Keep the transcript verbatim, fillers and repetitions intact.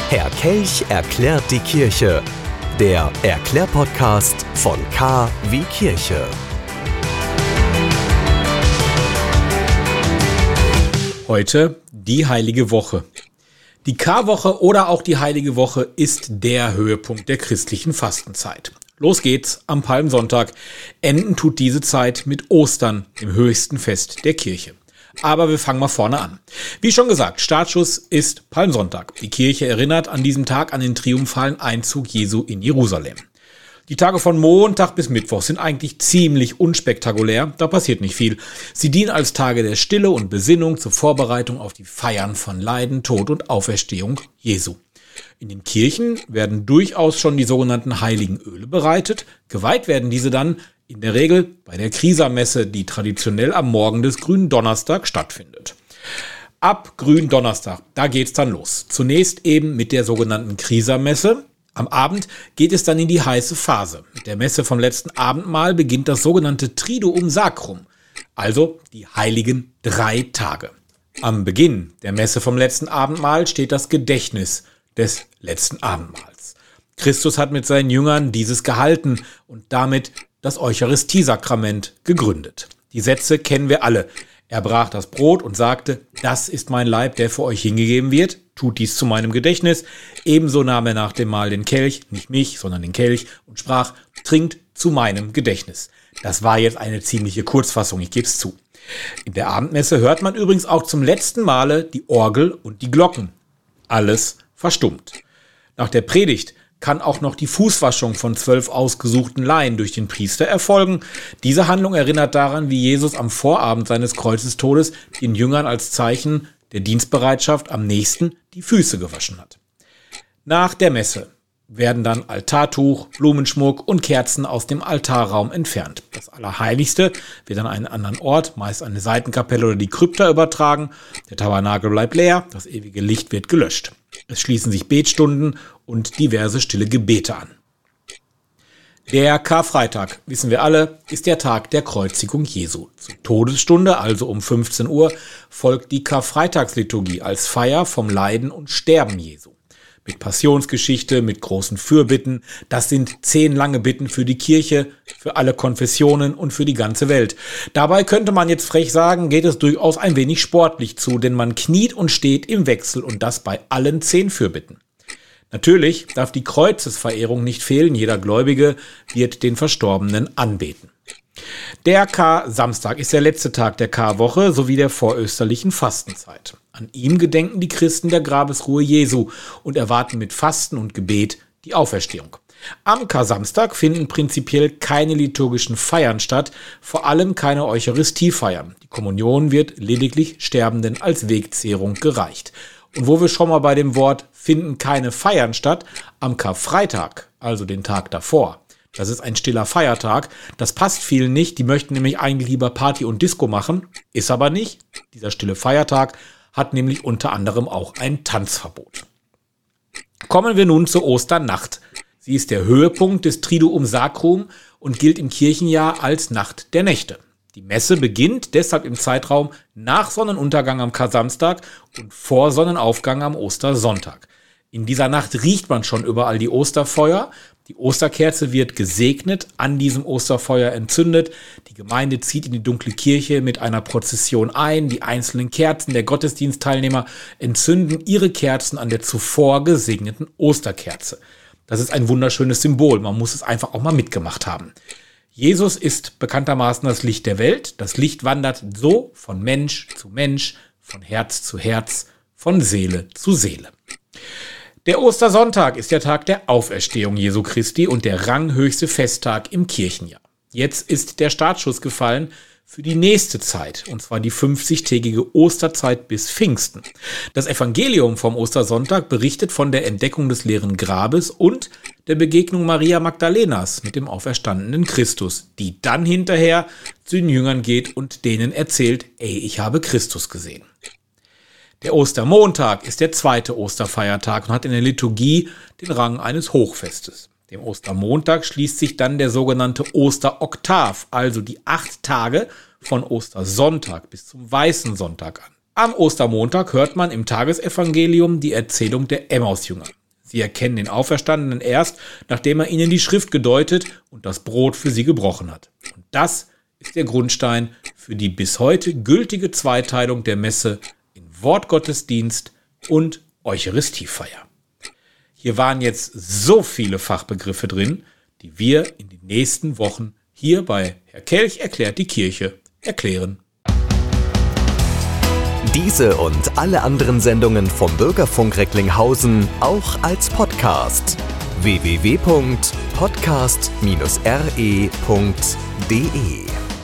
Herr Kelch erklärt die Kirche. Der Erklärpodcast von K wie Kirche. Heute die Heilige Woche. Die Karwoche oder auch die Heilige Woche ist der Höhepunkt der christlichen Fastenzeit. Los geht's am Palmsonntag. Enden tut diese Zeit mit Ostern, dem höchsten Fest der Kirche. Aber wir fangen mal vorne an. Wie schon gesagt, Startschuss ist Palmsonntag. Die Kirche erinnert an diesem Tag an den triumphalen Einzug Jesu in Jerusalem. Die Tage von Montag bis Mittwoch sind eigentlich ziemlich unspektakulär, da passiert nicht viel. Sie dienen als Tage der Stille und Besinnung zur Vorbereitung auf die Feiern von Leiden, Tod und Auferstehung Jesu. In den Kirchen werden durchaus schon die sogenannten heiligen Öle bereitet. Geweiht werden diese dann in der Regel bei der Chrisamesse, die traditionell am Morgen des Gründonnerstag stattfindet. Ab Gründonnerstag, da geht's dann los. Zunächst eben mit der sogenannten Chrisamesse. Am Abend geht es dann in die heiße Phase. Mit der Messe vom letzten Abendmahl beginnt das sogenannte Triduum Sacrum, also die heiligen drei Tage. Am Beginn der Messe vom letzten Abendmahl steht das Gedächtnis des letzten Abendmahls. Christus hat mit seinen Jüngern dieses gehalten und damit das Eucharistiesakrament gegründet. Die Sätze kennen wir alle. Er brach das Brot und sagte, das ist mein Leib, der für euch hingegeben wird. Tut dies zu meinem Gedächtnis. Ebenso nahm er nach dem Mahl den Kelch, nicht mich, sondern den Kelch, und sprach, trinkt zu meinem Gedächtnis. Das war jetzt eine ziemliche Kurzfassung, ich gebe es zu. In der Abendmesse hört man übrigens auch zum letzten Male die Orgel und die Glocken. Alles verstummt. Nach der Predigt kann auch noch die Fußwaschung von zwölf ausgesuchten Laien durch den Priester erfolgen. Diese Handlung erinnert daran, wie Jesus am Vorabend seines Kreuzestodes den Jüngern als Zeichen der Dienstbereitschaft am nächsten die Füße gewaschen hat. Nach der Messe werden dann Altartuch, Blumenschmuck und Kerzen aus dem Altarraum entfernt. Das Allerheiligste wird an einen anderen Ort, meist eine Seitenkapelle oder die Krypta, übertragen. Der Tabernakel bleibt leer, das ewige Licht wird gelöscht. Es schließen sich Betstunden und diverse stille Gebete an. Der Karfreitag, wissen wir alle, ist der Tag der Kreuzigung Jesu. Zur Todesstunde, also um fünfzehn Uhr, folgt die Karfreitagsliturgie als Feier vom Leiden und Sterben Jesu. Mit Passionsgeschichte, mit großen Fürbitten. Das sind zehn lange Bitten für die Kirche, für alle Konfessionen und für die ganze Welt. Dabei könnte man jetzt frech sagen, geht es durchaus ein wenig sportlich zu, denn man kniet und steht im Wechsel und das bei allen zehn Fürbitten. Natürlich darf die Kreuzesverehrung nicht fehlen. Jeder Gläubige wird den Verstorbenen anbeten. Der Kar-Samstag ist der letzte Tag der Karwoche sowie der vorösterlichen Fastenzeit. An ihm gedenken die Christen der Grabesruhe Jesu und erwarten mit Fasten und Gebet die Auferstehung. Am Kar-Samstag finden prinzipiell keine liturgischen Feiern statt, vor allem keine Eucharistiefeiern. Die Kommunion wird lediglich Sterbenden als Wegzehrung gereicht. Und wo wir schon mal bei dem Wort finden keine Feiern statt, am Karfreitag, also den Tag davor. Das ist ein stiller Feiertag. Das passt vielen nicht. Die möchten nämlich eigentlich lieber Party und Disco machen. Ist aber nicht. Dieser stille Feiertag hat nämlich unter anderem auch ein Tanzverbot. Kommen wir nun zur Osternacht. Sie ist der Höhepunkt des Triduum Sacrum und gilt im Kirchenjahr als Nacht der Nächte. Die Messe beginnt deshalb im Zeitraum nach Sonnenuntergang am Kar-Samstag und vor Sonnenaufgang am Ostersonntag. In dieser Nacht riecht man schon überall die Osterfeuer. Die Osterkerze wird gesegnet, an diesem Osterfeuer entzündet. Die Gemeinde zieht in die dunkle Kirche mit einer Prozession ein. Die einzelnen Kerzen der Gottesdienstteilnehmer entzünden ihre Kerzen an der zuvor gesegneten Osterkerze. Das ist ein wunderschönes Symbol. Man muss es einfach auch mal mitgemacht haben. Jesus ist bekanntermaßen das Licht der Welt. Das Licht wandert so von Mensch zu Mensch, von Herz zu Herz, von Seele zu Seele. Der Ostersonntag ist der Tag der Auferstehung Jesu Christi und der ranghöchste Festtag im Kirchenjahr. Jetzt ist der Startschuss gefallen für die nächste Zeit, und zwar die fünfzigtägige Osterzeit bis Pfingsten. Das Evangelium vom Ostersonntag berichtet von der Entdeckung des leeren Grabes und der Begegnung Maria Magdalenas mit dem auferstandenen Christus, die dann hinterher zu den Jüngern geht und denen erzählt, ey, ich habe Christus gesehen. Der Ostermontag ist der zweite Osterfeiertag und hat in der Liturgie den Rang eines Hochfestes. Dem Ostermontag schließt sich dann der sogenannte Osteroktav, also die acht Tage von Ostersonntag bis zum Weißen Sonntag an. Am Ostermontag hört man im Tagesevangelium die Erzählung der Emmausjünger. Sie erkennen den Auferstandenen erst, nachdem er ihnen die Schrift gedeutet und das Brot für sie gebrochen hat. Und das ist der Grundstein für die bis heute gültige Zweiteilung der Messe in Wortgottesdienst und Eucharistiefeier. Hier waren jetzt so viele Fachbegriffe drin, die wir in den nächsten Wochen hier bei Herr Kelch erklärt die Kirche erklären. Diese und alle anderen Sendungen vom Bürgerfunk Recklinghausen auch als Podcast. w w w punkt podcast dash r e punkt d e